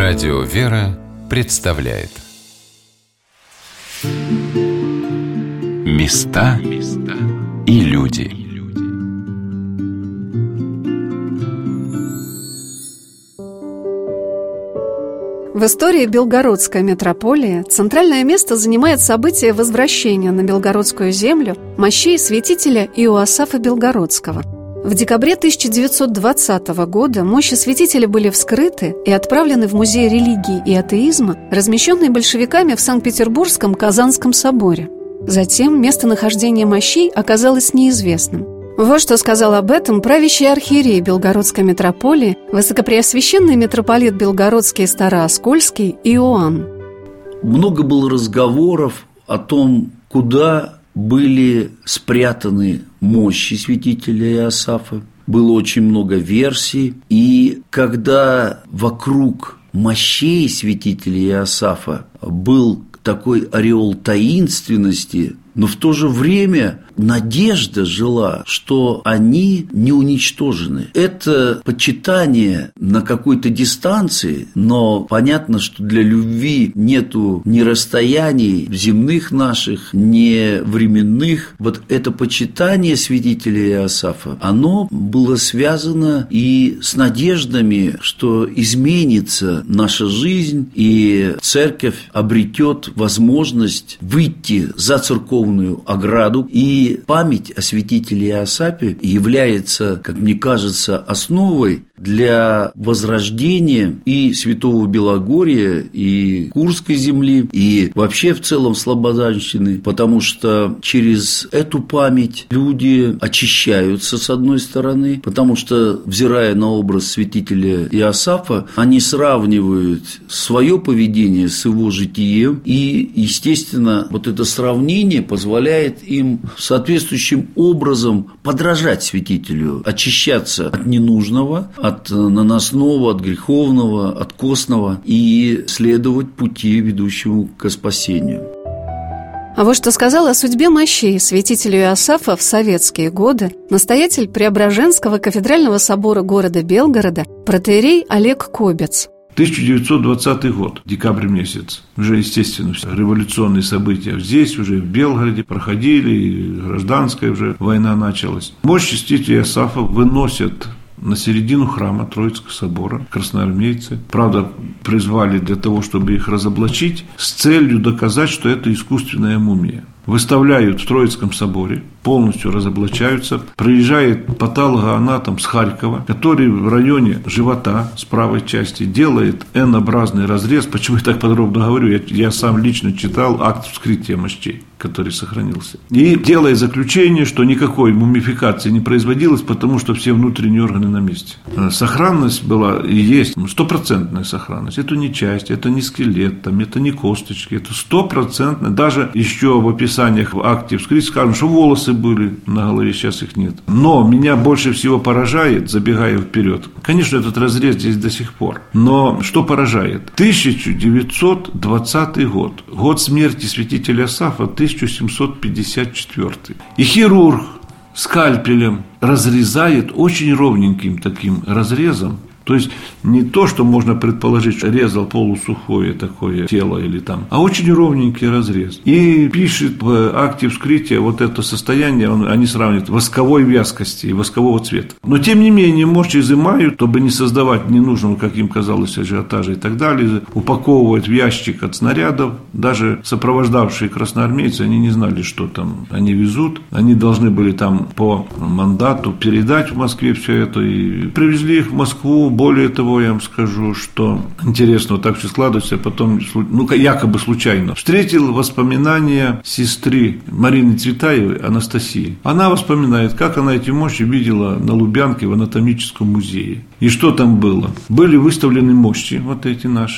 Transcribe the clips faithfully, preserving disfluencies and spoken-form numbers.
Радио «Вера» представляет Места и люди. В истории Белгородской митрополии центральное место занимает событие возвращения на Белгородскую землю мощей святителя Иоасафа Белгородского. В декабре тысяча девятьсот двадцатого года мощи святителя были вскрыты и отправлены в Музей религии и атеизма, размещенный большевиками в Санкт-Петербургском Казанском соборе. Затем местонахождение мощей оказалось неизвестным. Вот что сказал об этом правящий архиерей Белгородской митрополии, высокопреосвященный митрополит Белгородский и Старооскольский Иоанн. Много было разговоров о том, куда были спрятаны мощи святителя Иоасафа. Было очень много версий. И когда вокруг мощей святителя Иоасафа был такой ореол таинственности, но в то же время надежда жила, что они не уничтожены. Это почитание на какой-то дистанции, но понятно, что для любви нету ни расстояний земных наших, ни временных. Вот это почитание святителя Иоасафа, оно было связано и с надеждами, что изменится наша жизнь, и церковь обретет возможность выйти за церковную ограду. И память о святителе Иоасафе является, как мне кажется, основой для возрождения и Святого Белогорья, и Курской земли, и вообще в целом слобожанщины, потому что через эту память люди очищаются, с одной стороны, потому что, взирая на образ святителя Иоасафа, они сравнивают свое поведение с его житием, и, естественно, вот это сравнение позволяет им соответствующим образом подражать святителю, очищаться от ненужного, от наносного, от греховного, от костного и следовать пути, ведущему к спасению. А вот что сказал о судьбе мощей святителю Иоасафа в советские годы настоятель Преображенского кафедрального собора города Белгорода протоиерей Олег Кобец. тысяча девятьсот двадцатый год, декабрь месяц. Уже, естественно, революционные события здесь, уже в Белгороде проходили, и гражданская уже война началась. Мощи святителя Иоасафа выносят на середину храма Троицкого собора красноармейцы. Правда, призвали для того, чтобы их разоблачить, с целью доказать, что это искусственная мумия. Выставляют в Троицком соборе, полностью разоблачаются. Приезжает патологоанатом с Харькова, который в районе живота с правой части делает Н-образный разрез. Почему я так подробно говорю? Я, я сам лично читал акт вскрытия мощей, который сохранился. И делает заключение, что никакой мумификации не производилось, потому что все внутренние органы на месте. Сохранность была и есть стопроцентная сохранность. Это не часть, это не скелет, там, это не косточки, это стопроцентная. Даже еще в описании в акте вскрытия скажем, что волосы были на голове, сейчас их нет. Но меня больше всего поражает, забегая вперед, конечно, этот разрез здесь до сих пор, но что поражает? тысяча девятьсот двадцатый год, год смерти святителя Иоасафа, тысяча семьсот пятьдесят четвёртый. И хирург скальпелем разрезает очень ровненьким таким разрезом. То есть не то, что можно предположить, что резал полусухое такое тело или там, а очень ровненький разрез. И пишет в акте вскрытия вот это состояние, он, они сравнивают восковой вязкости и воскового цвета. Но тем не менее мощь изымают, чтобы не создавать ненужного, как им казалось, ажиотажа и так далее, упаковывают в ящик от снарядов. Даже сопровождавшие красноармейцы, они не знали, что там они везут. Они должны были там по мандату передать в Москве все это. И привезли их в Москву. Более того, я вам скажу, что интересно, вот так все складывается, а потом, ну, якобы случайно, встретил воспоминания сестры Марины Цветаевой, Анастасии. Она вспоминает, как она эти мощи видела на Лубянке в анатомическом музее. И что там было? Были выставлены мощи, вот эти наши,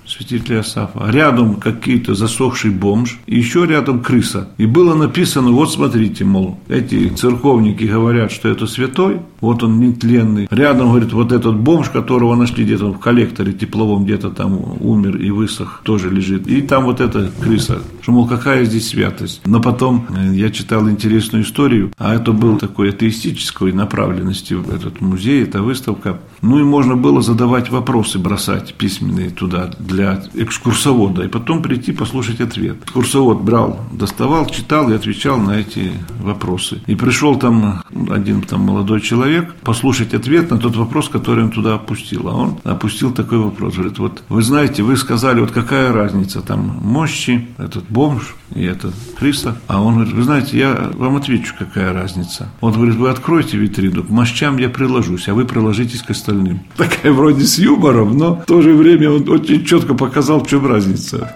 святителя Иосафа, рядом какие-то засохший бомж, и еще рядом крыса. И было написано, вот смотрите, мол, эти церковники говорят, что это святой, вот он нетленный. Рядом, говорит, вот этот бомж, которого нашли где-то в коллекторе тепловом, где-то там умер и высох, тоже лежит. И там вот эта крыса, что, мол, какая здесь святость. Но потом я читал интересную историю, а это был такой атеистической направленности в этот музей, эта выставка. Ну и можно было задавать вопросы, бросать письменные туда для экскурсовода, и потом прийти послушать ответ. Экскурсовод брал, доставал, читал и отвечал на эти вопросы. И пришел там один там молодой человек послушать ответ на тот вопрос, который он туда опустил. А он опустил такой вопрос. Говорит, вот вы знаете, вы сказали, вот какая разница там мощи, этот бомж и эта крыса. А он говорит, вы знаете, я вам отвечу, какая разница. Он говорит, вы откройте витрину, к мощам я приложусь, а вы приложитесь к остальным. Такая вроде с юмором, но в то же время он очень четко показал, в чем разница.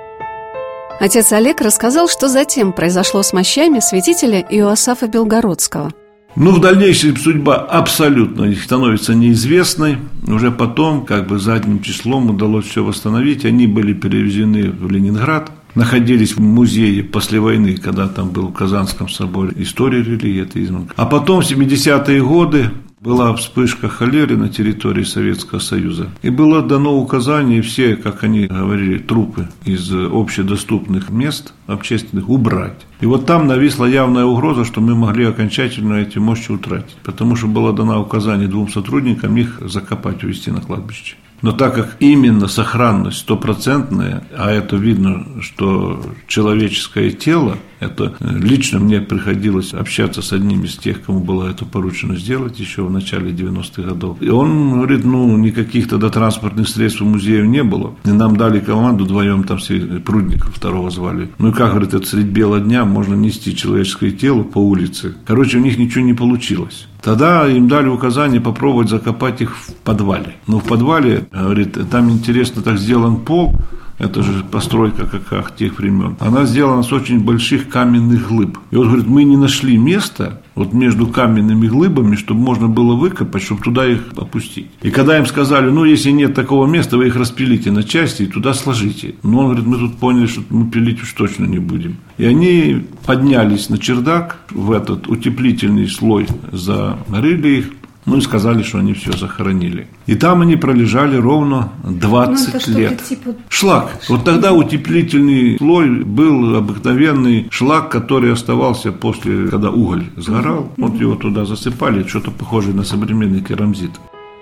Отец Олег рассказал, что затем произошло с мощами святителя Иоасафа Белгородского. Ну, в дальнейшем судьба абсолютно становится неизвестной. Уже потом, как бы задним числом, удалось все восстановить. Они были перевезены в Ленинград, находились в музее после войны, когда там был в Казанском соборе история религии, атеизма. А потом, в семидесятые годы, была вспышка холеры на территории Советского Союза. И было дано указание все, как они говорили, трупы из общедоступных мест общественных убрать. И вот там нависла явная угроза, что мы могли окончательно эти мощи утратить. Потому что было дано указание двум сотрудникам их закопать, увезти на кладбище. Но так как именно сохранность стопроцентная, а это видно, что человеческое тело, это лично мне приходилось общаться с одним из тех, кому было это поручено сделать еще в начале девяностых годов. И он говорит, ну, никаких тогда транспортных средств в музее не было. И нам дали команду вдвоем, там Прудников второго звали. Ну и как, говорит, это средь бела дня можно нести человеческое тело по улице. Короче, у них ничего не получилось. Тогда им дали указание попробовать закопать их в подвале. Но в подвале, говорит, там интересно так сделан пол, это же постройка как тех времен. Она сделана с очень больших каменных глыб. И вот, говорит, мы не нашли места вот между каменными глыбами, чтобы можно было выкопать, чтобы туда их опустить. И когда им сказали, ну, если нет такого места, вы их распилите на части и туда сложите. Но он говорит, мы тут поняли, что мы пилить уж точно не будем. И они поднялись на чердак, в этот утеплительный слой зарыли их, ну и сказали, что они все захоронили. И там они пролежали ровно двадцать ну, лет. Типа... Шлак. Вот тогда утеплительный слой был обыкновенный шлак, который оставался после, когда уголь сгорал. Вот его туда засыпали, что-то похожее на современный керамзит.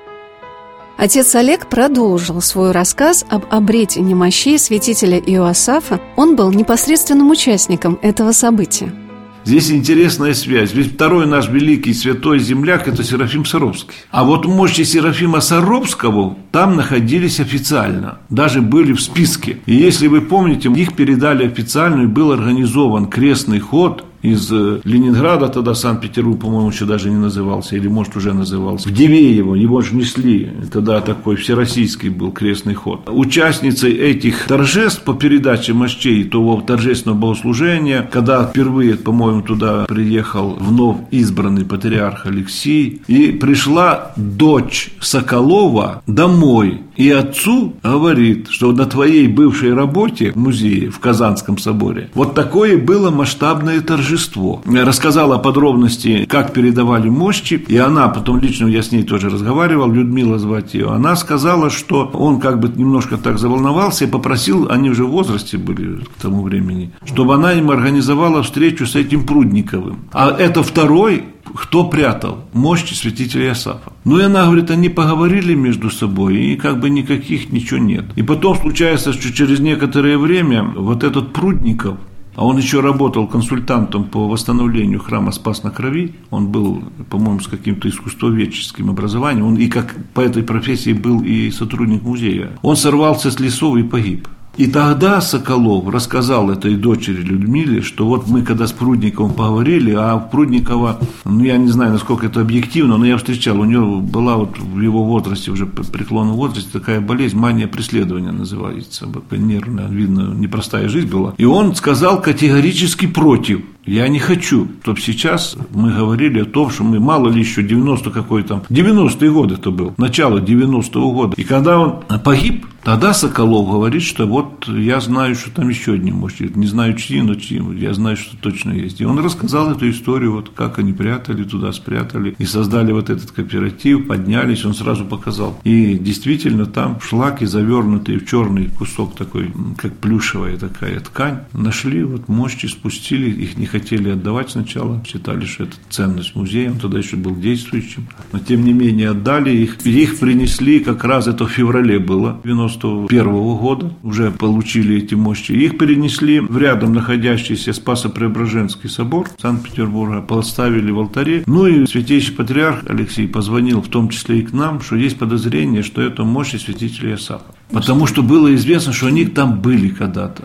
Отец Олег продолжил свой рассказ об обретении мощей святителя Иоасафа. Он был непосредственным участником этого события. Здесь интересная связь. Ведь второй наш великий святой земляк – это Серафим Саровский. А вот мощи Серафима Саровского там находились официально. Даже были в списке. И если вы помните, их передали официально, и был организован крестный ход из Ленинграда, тогда Санкт-Петербург, по-моему, еще даже не назывался, или, может, уже назывался. В Дивеево его же несли, тогда такой всероссийский был крестный ход. Участницей этих торжеств по передаче мощей, того торжественного богослужения, когда впервые, по-моему, туда приехал вновь избранный патриарх Алексий, и пришла дочь Соколова домой, и отцу говорит, что на твоей бывшей работе в музее в Казанском соборе вот такое было масштабное торжество. Рассказала подробности, как передавали мощи, и она, потом лично я с ней тоже разговаривал, Людмила звать ее, она сказала, что он как бы немножко так заволновался и попросил, они уже в возрасте были к тому времени, чтобы она им организовала встречу с этим Прудниковым. А это второй, кто прятал мощи святителя Иосафа. Ну и она говорит, они поговорили между собой, и как бы никаких ничего нет. И потом случается, что через некоторое время вот этот Прудников, а он еще работал консультантом по восстановлению храма Спас на Крови. Он был, по-моему, с каким-то искусствоведческим образованием. Он и как по этой профессии был и сотрудник музея. Он сорвался с лесов и погиб. И тогда Соколов рассказал этой дочери Людмиле, что вот мы когда с Прудниковым поговорили, а Прудникова, ну я не знаю, насколько это объективно, но я встречал, у него была вот в его возрасте, уже преклонном возрасте, такая болезнь, мания преследования называется, нервная, видно, непростая жизнь была. И он сказал категорически против Я не хочу, чтобы сейчас мы говорили о том, что мы, мало ли еще девяносто какой там, девяностые годы это был, начало девяностого года. И когда он погиб, тогда Соколов говорит, что вот я знаю, что там еще одни мощи, не знаю чьи, но чьи, я знаю, что точно есть. И он рассказал эту историю, вот как они прятали, туда спрятали, и создали вот этот кооператив, поднялись, он сразу показал. И действительно там шлаки, завернутые в черный кусок такой, как плюшевая такая ткань, нашли вот мощи, спустили, их не хотели отдавать сначала, считали, что это ценность музея, он тогда еще был действующим, но тем не менее отдали их, их принесли, как раз это в феврале было, девяносто первого года, уже получили эти мощи, их перенесли в рядом находящийся Спасо-Преображенский собор Санкт-Петербурга, поставили в алтаре, ну и святейший патриарх Алексий позвонил в том числе и к нам, что есть подозрение, что это мощи святителя Иосафа, потому что было известно, что они там были когда-то.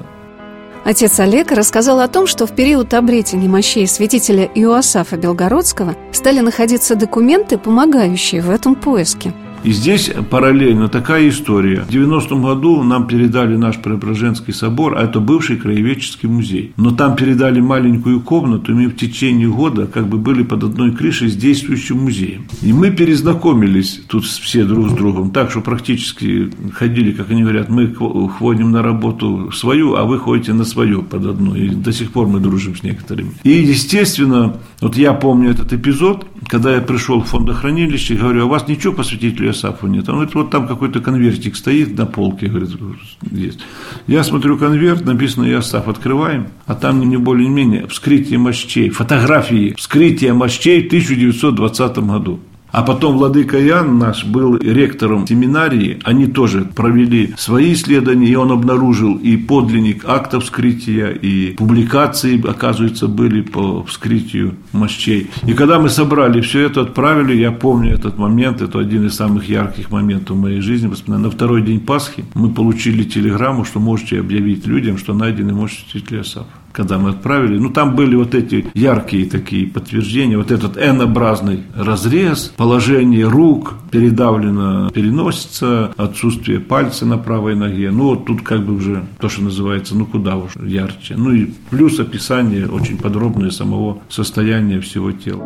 Отец Олег рассказал о том, что в период обретения мощей святителя Иоасафа Белгородского стали находиться документы, помогающие в этом поиске. И здесь параллельно такая история. В девяностом году нам передали наш Преображенский собор, а это бывший краеведческий музей. Но там передали маленькую комнату, и мы в течение года как бы были под одной крышей с действующим музеем. И мы перезнакомились тут все друг с другом, так что практически ходили, как они говорят, мы ходим на работу свою, а вы ходите на свою под одну. И до сих пор мы дружим с некоторыми. И, естественно, вот я помню этот эпизод, когда я пришел в фондохранилище и говорю, а у вас ничего по святителю Иосафу нет? Он говорит, вот там какой-то конвертик стоит на полке, говорит, есть. Я смотрю конверт, написано Иосаф, открываем, а там не более не менее вскрытие мощей, фотографии вскрытия мощей в тысяча девятьсот двадцатом году. А потом владыка Иоанн наш был ректором семинарии, они тоже провели свои исследования, и он обнаружил и подлинник актов вскрытия, и публикации, оказывается, были по вскрытию мощей. И когда мы собрали все это, отправили, я помню этот момент, это один из самых ярких моментов в моей жизни, на второй день Пасхи мы получили телеграмму, что можете объявить людям, что найдены мощи святителя Иосафа. Когда мы отправили, ну там были вот эти яркие такие подтверждения, вот этот Н-образный разрез, положение рук, передавлено переносица, отсутствие пальца на правой ноге, ну вот тут как бы уже то, что называется, ну куда уж ярче, ну и плюс описание очень подробное самого состояния всего тела.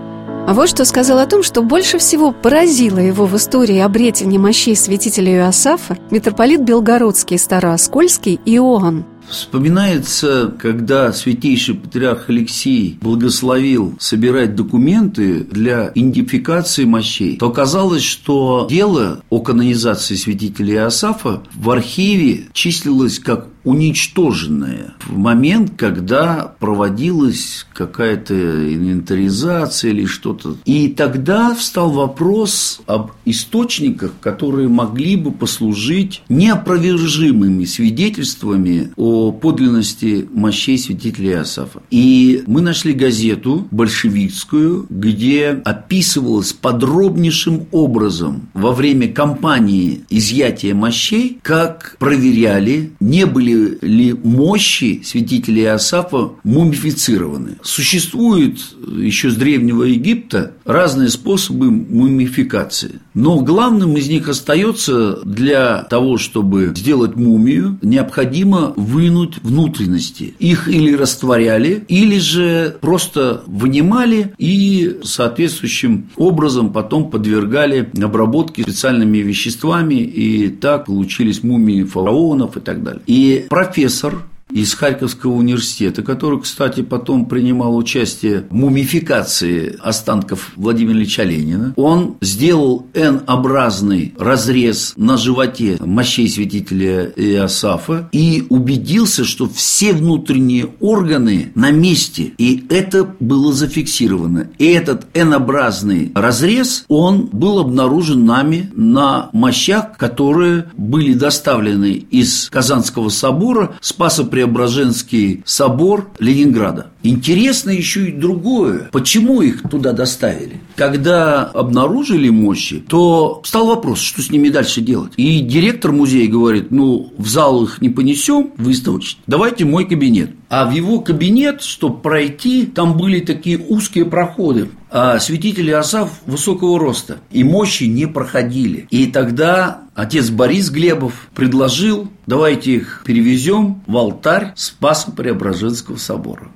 А вот что сказал о том, что больше всего поразило его в истории обретения мощей святителя Иосафа митрополит Белгородский Старооскольский Иоанн. Вспоминается, когда святейший патриарх Алексий благословил собирать документы для идентификации мощей, то оказалось, что дело о канонизации святителя Иосафа в архиве числилось как уничтоженное в момент, когда проводилась какая-то инвентаризация или что-то. И тогда встал вопрос об источниках, которые могли бы послужить неопровержимыми свидетельствами о подлинности мощей святителя Иосафа. И мы нашли газету большевистскую, где описывалось подробнейшим образом во время кампании изъятия мощей, как проверяли, не были ли мощи святителя Иосафа мумифицированы. Существует еще с Древнего Египта разные способы мумификации. Но главным из них остается для того, чтобы сделать мумию, необходимо вынуть внутренности. Их или растворяли, или же просто вынимали и соответствующим образом потом подвергали обработке специальными веществами, и так получились мумии фараонов и так далее. И профессор из Харьковского университета, который, кстати, потом принимал участие в мумификации останков Владимира Ильича Ленина, он сделал Н-образный разрез на животе мощей святителя Иосафа и убедился, что все внутренние органы на месте, и это было зафиксировано. И этот Н-образный разрез, он был обнаружен нами на мощах, которые были доставлены из Казанского собора, Спасо-Преображенский собор Ленинграда. Интересно еще и другое. Почему их туда доставили? Когда обнаружили мощи, то стал вопрос, что с ними дальше делать. И директор музея говорит, ну, в зал их не понесем, выставочный, давайте в мой кабинет. А в его кабинет, чтобы пройти, там были такие узкие проходы. А святитель Иосаф высокого роста, и мощи не проходили. И тогда отец Борис Глебов предложил, давайте их перевезем в алтарь Спасо-Преображенского собора. Все согласились.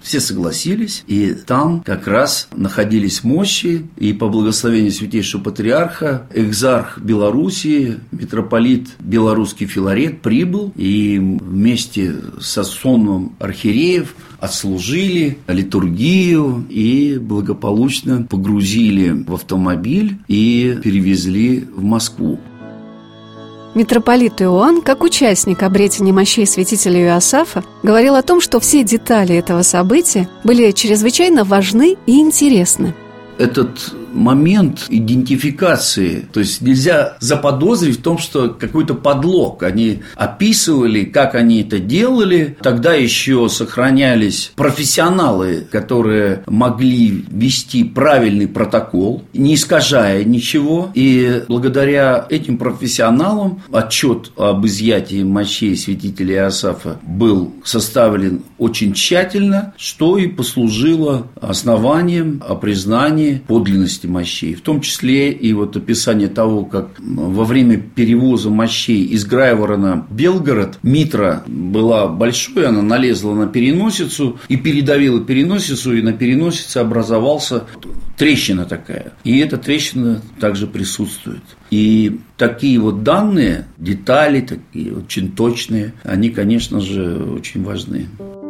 согласились, и там как раз находились мощи, и по благословению Святейшего Патриарха экзарх Белоруссии, митрополит Белорусский Филарет прибыл, и вместе со сонмом архиереев отслужили литургию и благополучно погрузили в автомобиль и перевезли в Москву. Митрополит Иоанн, как участник обретения мощей святителя Иосафа, говорил о том, что все детали этого события были чрезвычайно важны и интересны. Этот момент идентификации, то есть нельзя заподозрить в том, что какой-то подлог. Они описывали, как они это делали. Тогда еще сохранялись профессионалы, которые могли вести правильный протокол, не искажая ничего. И благодаря этим профессионалам отчет об изъятии мощей святителя Иосафа был составлен очень тщательно, что и послужило основанием о признании подлинности мощей, в том числе и вот описание того, как во время перевоза мощей из Грайворона в Белгород митра была большой, она налезла на переносицу и передавила переносицу, и на переносице образовался трещина такая. И эта трещина также присутствует. И такие вот данные, детали, такие очень точные, они, конечно же, очень важны.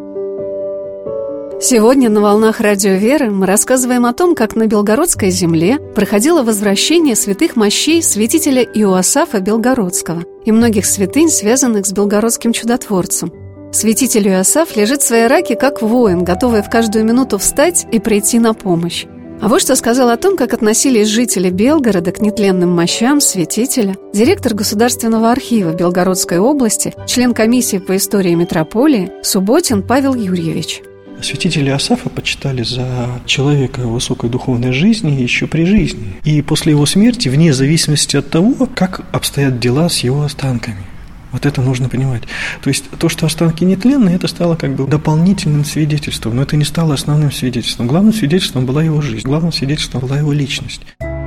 Сегодня на «Волнах Радио Веры» мы рассказываем о том, как на Белгородской земле проходило возвращение святых мощей святителя Иоасафа Белгородского и многих святынь, связанных с белгородским чудотворцем. Святитель Иоасаф лежит в своей раке как воин, готовый в каждую минуту встать и прийти на помощь. А вот что сказал о том, как относились жители Белгорода к нетленным мощам святителя директор Государственного архива Белгородской области, член комиссии по истории митрополии Субботин Павел Юрьевич. Святителя Иосафа почитали за человека высокой духовной жизни еще при жизни. И после его смерти, вне зависимости от того, как обстоят дела с его останками. Вот это нужно понимать. То есть то, что останки нетленные, это стало как бы дополнительным свидетельством, но это не стало основным свидетельством. Главным свидетельством была его жизнь, главным свидетельством была его личность.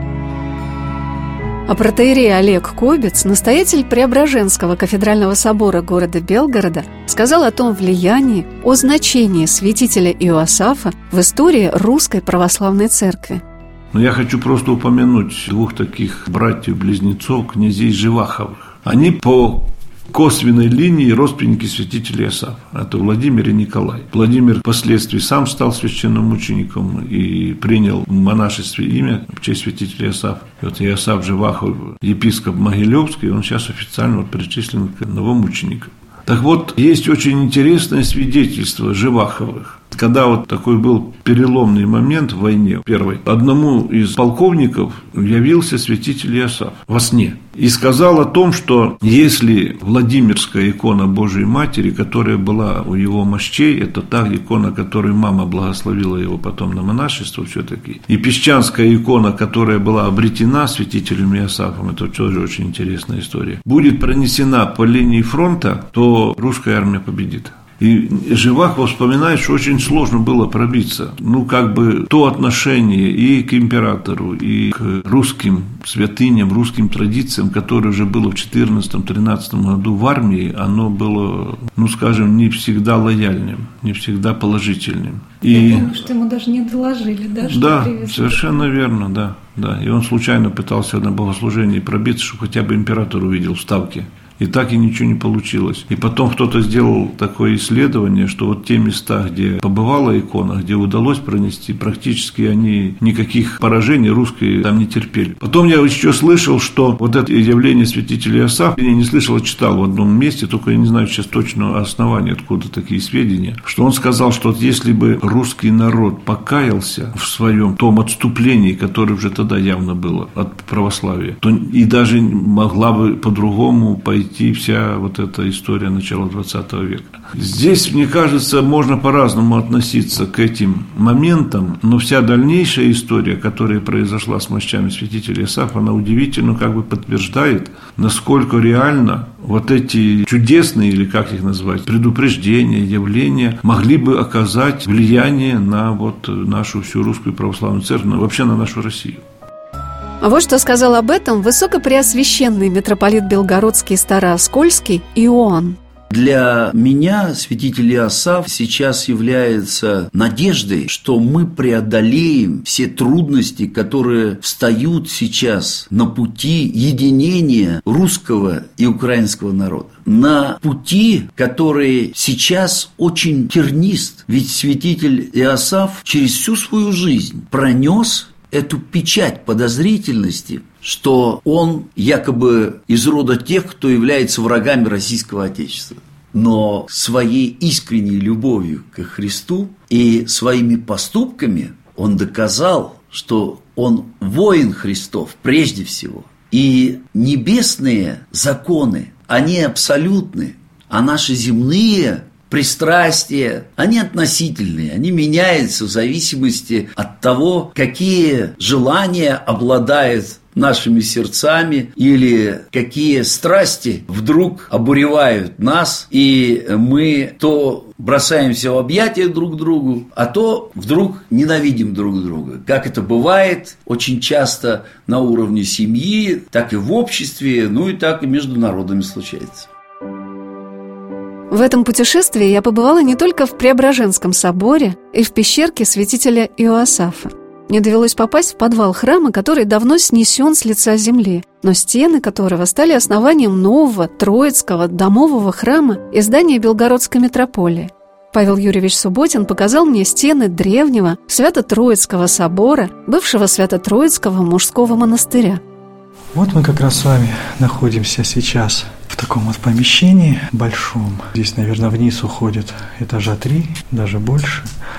А протоиерей Олег Кобец, настоятель Преображенского кафедрального собора города Белгорода, сказал о том влиянии, о значении святителя Иоасафа в истории Русской Православной Церкви. Но я хочу просто упомянуть двух таких братьев-близнецов, князей Живаховых. Они по косвенной линии родственники святителя Иосафа. Это Владимир и Николай. Владимир впоследствии сам стал священномучеником и принял в монашестве имя в честь святителя Иосафа. И вот Иосаф Живахов, епископ Могилевский, он сейчас официально вот причислен к новомученикам. Так вот, есть очень интересное свидетельство Живаховых. Когда вот такой был переломный момент в войне первой, одному из полковников явился святитель Иосаф во сне и сказал о том, что если Владимирская икона Божией Матери, которая была у его мощей, это та икона, которой мама благословила его потом на монашество все-таки, и Песчанская икона, которая была обретена святителем Иосафом, это тоже очень интересная история, будет пронесена по линии фронта, то русская армия победит. И Живахов вспоминает, что очень сложно было пробиться. Ну, как бы то отношение и к императору, и к русским святыням, русским традициям, которое уже было в четырнадцатом-тринадцатом году в армии, оно было, ну, скажем, не всегда лояльным, не всегда положительным. И... Я думаю, что ему даже не доложили, да? Что да, привезли. совершенно верно, да, да. И он случайно пытался на богослужении пробиться, чтобы хотя бы император увидел в Ставке. И так и ничего не получилось. И потом кто-то сделал такое исследование, что вот те места, где побывала икона, где удалось пронести, практически они никаких поражений русские там не терпели. Потом я еще слышал, что вот это явление святителя Иосафа, я не слышал, а читал в одном месте, только я не знаю сейчас точного основания, откуда такие сведения, что он сказал, что вот если бы русский народ покаялся в своем том отступлении, которое уже тогда явно было от православия, то и даже могла бы по-другому пойти идти вся вот эта история начала двадцатого века. Здесь, мне кажется, можно по-разному относиться к этим моментам, но вся дальнейшая история, которая произошла с мощами святителя Иосафа, она удивительно как бы подтверждает, насколько реально вот эти чудесные, или как их назвать, предупреждения, явления могли бы оказать влияние на вот нашу всю русскую православную церковь, вообще на нашу Россию. А вот что сказал об этом высокопреосвященный митрополит Белгородский Старооскольский Иоанн. Для меня святитель Иосаф сейчас является надеждой, что мы преодолеем все трудности, которые встают сейчас на пути единения русского и украинского народа. На пути, который сейчас очень тернист. Ведь святитель Иосаф через всю свою жизнь пронес эту печать подозрительности, что он якобы из рода тех, кто является врагами российского Отечества. Но своей искренней любовью к Христу и своими поступками он доказал, что он воин Христов прежде всего. И небесные законы, они абсолютны, а наши земные пристрастия, они относительные, они меняются в зависимости от того, какие желания обладают нашими сердцами или какие страсти вдруг обуревают нас, и мы то бросаемся в объятия друг другу, а то вдруг ненавидим друг друга. Как это бывает очень часто на уровне семьи, так и в обществе, ну и так и между народами случается. В этом путешествии я побывала не только в Преображенском соборе и в пещерке святителя Иоасафа. Мне довелось попасть в подвал храма, который давно снесен с лица земли, но стены которого стали основанием нового Троицкого домового храма и здания Белгородской митрополии. Павел Юрьевич Субботин показал мне стены древнего Свято-Троицкого собора, бывшего Свято-Троицкого мужского монастыря. Вот мы как раз с вами находимся сейчас в таком вот помещении большом. Здесь, наверное, вниз уходит этажа три, даже больше.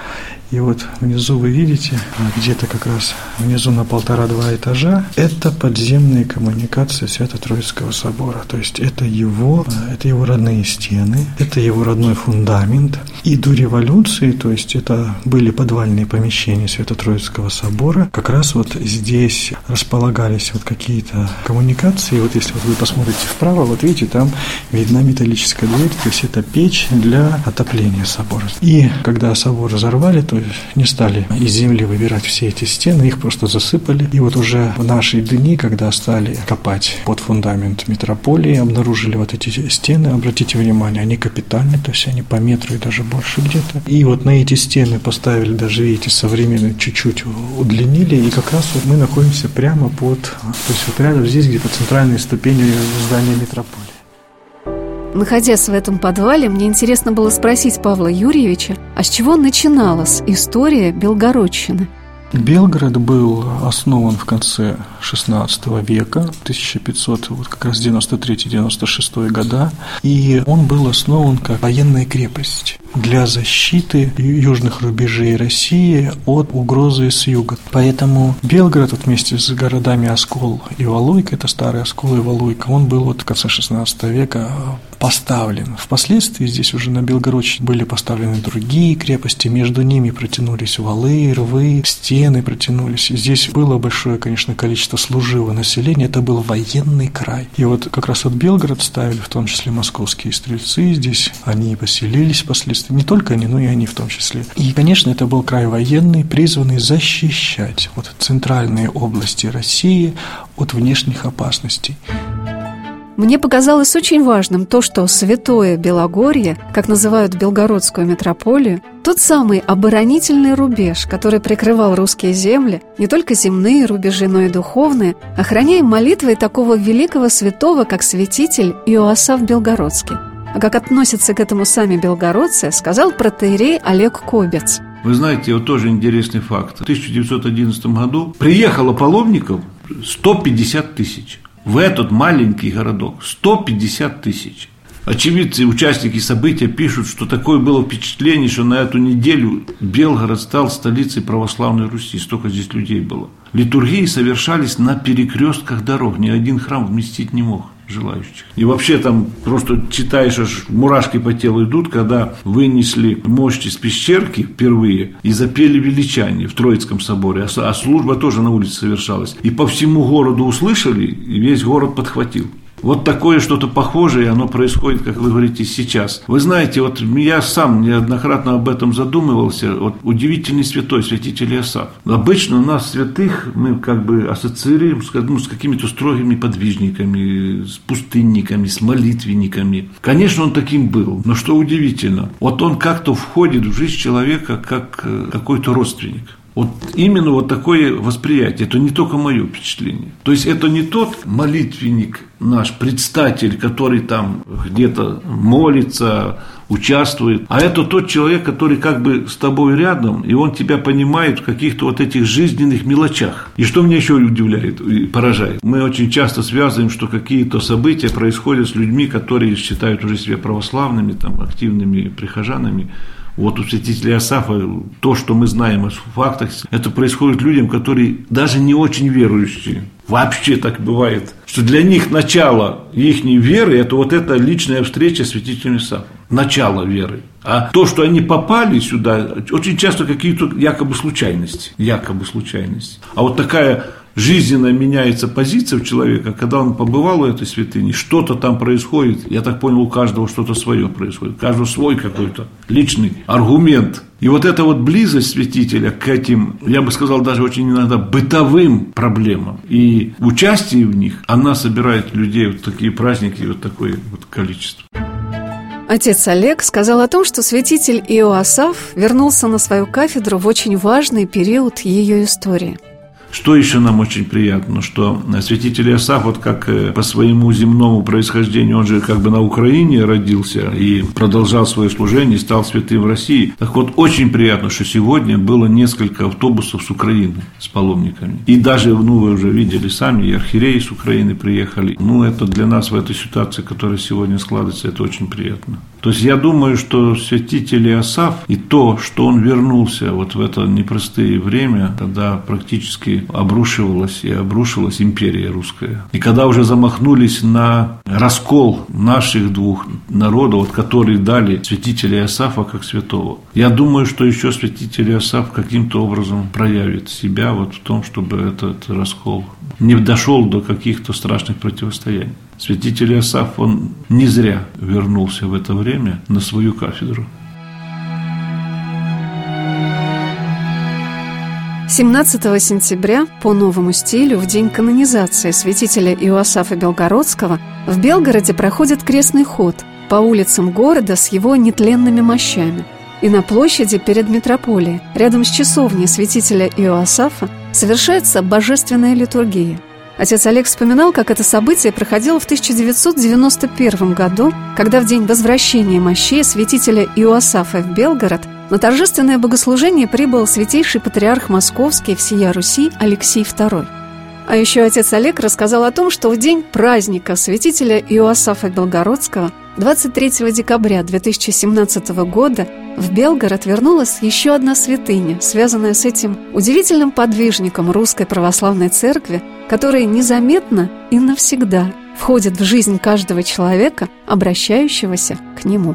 И вот внизу вы видите, где-то как раз внизу на полтора-два этажа, это подземные коммуникации Свято-Троицкого собора. То есть это его, это его родные стены, это его родной фундамент. И до революции, то есть это были подвальные помещения Свято-Троицкого собора, как раз вот здесь располагались вот какие-то коммуникации. Вот если вот вы посмотрите вправо, вот видите, там видна металлическая дверь, то есть это печь для отопления собора. И когда собор разорвали, то не стали из земли выбирать все эти стены, их просто засыпали. И вот уже в наши дни, когда стали копать под фундамент митрополии, обнаружили вот эти стены, обратите внимание, они капитальные, то есть они по метру и даже больше где-то. И вот на эти стены поставили, даже видите, современные, чуть-чуть удлинили, и как раз вот мы находимся прямо под, то есть вот рядом здесь, где по центральной ступени здания митрополии. Находясь в этом подвале, мне интересно было спросить Павла Юрьевича, а с чего начиналась история Белгородщины? Белгород был основан в конце шестнадцатого века, тысяча пятьсот, вот как раз девяносто третий — девяносто шестой года, и он был основан как военная крепость для защиты южных рубежей России от угрозы с юга. Поэтому Белгород вот вместе с городами Оскол и Валуйка, это старый Оскол и Валуйка, он был вот в конце шестнадцатого века поставлен. Впоследствии здесь уже на Белгородщине были поставлены другие крепости, между ними протянулись валы, рвы, стены протянулись. И здесь было большое, конечно, количество служилого населения, это был военный край. И вот как раз вот Белгород ставили, в том числе московские стрельцы, здесь они и поселились впоследствии, не только они, но и они в том числе. И, конечно, это был край военный, призванный защищать вот центральные области России от внешних опасностей. Мне показалось очень важным то, что Святое Белогорье, как называют Белгородскую митрополию, тот самый оборонительный рубеж, который прикрывал русские земли, не только земные рубежи, но и духовные, охраняя молитвой такого великого святого, как святитель Иоасаф Белгородский. А как относятся к этому сами белгородцы, сказал протоиерей Олег Кобец. Вы знаете, вот тоже интересный факт. В тысяча девятьсот одиннадцатом году приехало паломников сто пятьдесят тысяч. В этот маленький городок сто пятьдесят тысяч. Очевидцы и участники события пишут, что такое было впечатление, что на эту неделю Белгород стал столицей православной Руси. Столько здесь людей было. Литургии совершались на перекрестках дорог. Ни один храм вместить не мог желающих. И вообще там просто читаешь, аж мурашки по телу идут, когда вынесли мощи с пещерки впервые и запели величание в Троицком соборе, а служба тоже на улице совершалась. И по всему городу услышали, и весь город подхватил. Вот такое что-то похожее, оно происходит, как вы говорите, сейчас. Вы знаете, вот я сам неоднократно об этом задумывался. Вот удивительный святой, святитель Иосаф. Обычно у нас святых мы как бы ассоциируем с, ну, с какими-то строгими подвижниками, с пустынниками, с молитвенниками. Конечно, он таким был, но что удивительно, вот он как-то входит в жизнь человека как какой-то родственник. Вот именно вот такое восприятие, это не только мое впечатление. То есть это не тот молитвенник наш, предстатель, который там где-то молится, участвует, а это тот человек, который как бы с тобой рядом, и он тебя понимает в каких-то вот этих жизненных мелочах. И что меня еще удивляет и поражает, мы очень часто связываем, что какие-то события происходят с людьми, которые считают уже себя православными, там, активными прихожанами. Вот у святителя Иосафа то, что мы знаем о фактах, это происходит людям, которые даже не очень верующие. Вообще так бывает, что для них начало их веры – это вот эта личная встреча с святителем Иосафом. Начало веры. А то, что они попали сюда, очень часто какие-то якобы случайности. Якобы случайности. А вот такая жизненно меняется позиция у человека, когда он побывал у этой святыни, что-то там происходит, я так понял, у каждого что-то свое происходит, у каждого свой какой-то личный аргумент. И вот эта вот близость святителя к этим, я бы сказал, даже очень иногда бытовым проблемам и участие в них, она собирает людей вот такие праздники, вот такое вот количество. Отец Олег сказал о том, что святитель Иоасаф вернулся на свою кафедру в очень важный период ее истории. Что еще нам очень приятно, что святитель Иосаф, вот как по своему земному происхождению, он же как бы на Украине родился и продолжал свое служение, и стал святым в России. Так вот, очень приятно, что сегодня было несколько автобусов с Украины, с паломниками. И даже, ну, вы уже видели сами, и архиереи с Украины приехали. Ну, это для нас в этой ситуации, которая сегодня складывается, это очень приятно. То есть, я думаю, что святитель Иосаф и то, что он вернулся вот в это непростое время, когда практически обрушивалась и обрушилась империя русская. И когда уже замахнулись на раскол наших двух народов, вот, которые дали святителя Иосафа как святого, я думаю, что еще святитель Иосаф каким-то образом проявит себя вот в том, чтобы этот раскол не дошел до каких-то страшных противостояний. Святитель Иосаф, он не зря вернулся в это время на свою кафедру. семнадцатого сентября по новому стилю, в день канонизации святителя Иоасафа Белгородского, в Белгороде проходит крестный ход по улицам города с его нетленными мощами. И на площади перед митрополией, рядом с часовней святителя Иоасафа, совершается божественная литургия. Отец Олег вспоминал, как это событие проходило в тысяча девятьсот девяносто первом году, когда в день возвращения мощей святителя Иоасафа в Белгород на торжественное богослужение прибыл святейший патриарх Московский всея Руси Алексий второй. А еще отец Олег рассказал о том, что в день праздника святителя Иоасафа Белгородского двадцать третьего декабря две тысячи семнадцатого года в Белгород вернулась еще одна святыня, связанная с этим удивительным подвижником Русской Православной Церкви, который незаметно и навсегда входит в жизнь каждого человека, обращающегося к нему.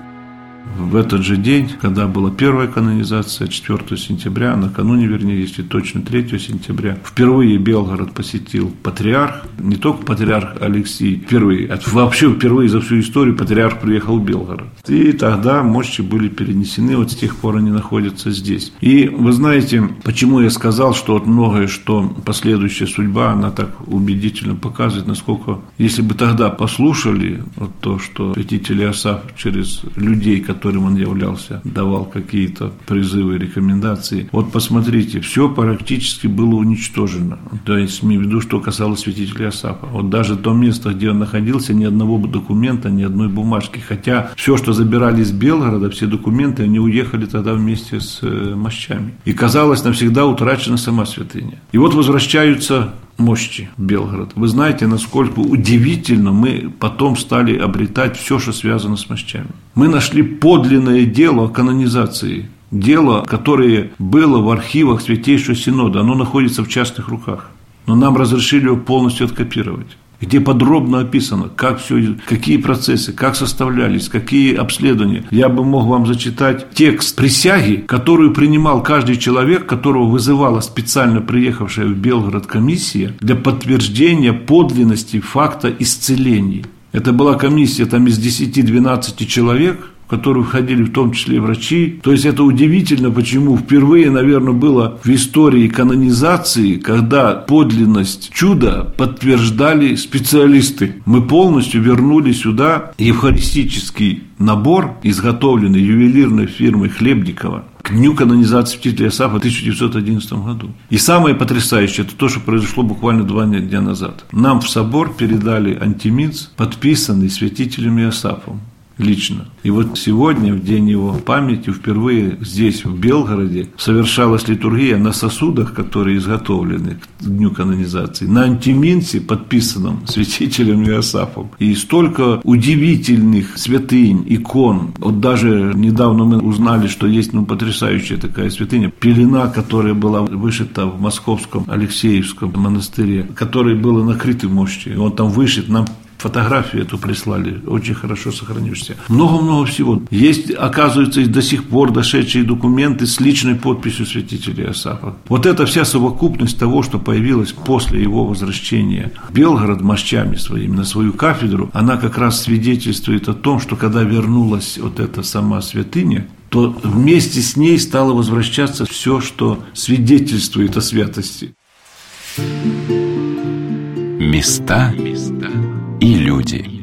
В этот же день, когда была первая канонизация, четвёртого сентября, накануне, вернее, если точно, третьего сентября, впервые Белгород посетил патриарх, не только патриарх Алексий, впервые, а вообще впервые за всю историю патриарх приехал в Белгород. И тогда мощи были перенесены, вот с тех пор они находятся здесь. И вы знаете, почему я сказал, что вот многое, что последующая судьба, она так убедительно показывает, насколько, если бы тогда послушали вот то, что святитель Иосаф через людей, которые которым он являлся, давал какие-то призывы, рекомендации. Вот посмотрите, все практически было уничтожено. То есть, имею в виду, что касалось святителя Иосафа. Вот даже то место, где он находился, ни одного документа, ни одной бумажки. Хотя все, что забирали из Белгорода, все документы, они уехали тогда вместе с мощами. И казалось, навсегда утрачена сама святыня. И вот возвращаются мощи в Белгород. Вы знаете, насколько удивительно мы потом стали обретать все, что связано с мощами. Мы нашли подлинное дело о канонизации. Дело, которое было в архивах Святейшего Синода. Оно находится в частных руках. Но нам разрешили его полностью откопировать. где подробно описано, как все, какие процессы, как составлялись, какие обследования. Я бы мог вам зачитать текст присяги, которую принимал каждый человек, которого вызывала специально приехавшая в Белгород комиссия для подтверждения подлинности факта исцелений. Это была комиссия там из десяти-двенадцати человек, в которую входили в том числе и врачи. То есть это удивительно, почему впервые, наверное, было в истории канонизации, когда подлинность чуда подтверждали специалисты. Мы полностью вернули сюда евхаристический набор, изготовленный ювелирной фирмой Хлебникова к дню канонизации святителя Иосафа в тысяча девятьсот одиннадцатом году. И самое потрясающее, это то, что произошло буквально два дня назад. Нам в собор передали антиминц, подписанный святителем Иосафом лично. И вот сегодня, в день его памяти, впервые здесь, в Белгороде, совершалась литургия на сосудах, которые изготовлены к дню канонизации, на антиминце, подписанном святителем Иосафом. И столько удивительных святынь, икон. Вот даже недавно мы узнали, что есть ну, потрясающая такая святыня, пелена, которая была вышита в Московском Алексеевском монастыре, которой было накрыто мощью. И он там вышит, нам фотографию эту прислали, очень хорошо сохранившуюся. Много-много всего. Есть, оказывается, и до сих пор дошедшие документы с личной подписью святителя Иосафа. Вот эта вся совокупность того, что появилось после его возвращения в Белгород мощами своими на свою кафедру, она как раз свидетельствует о том, что когда вернулась вот эта сама святыня, то вместе с ней стало возвращаться все, что свидетельствует о святости. Места и люди.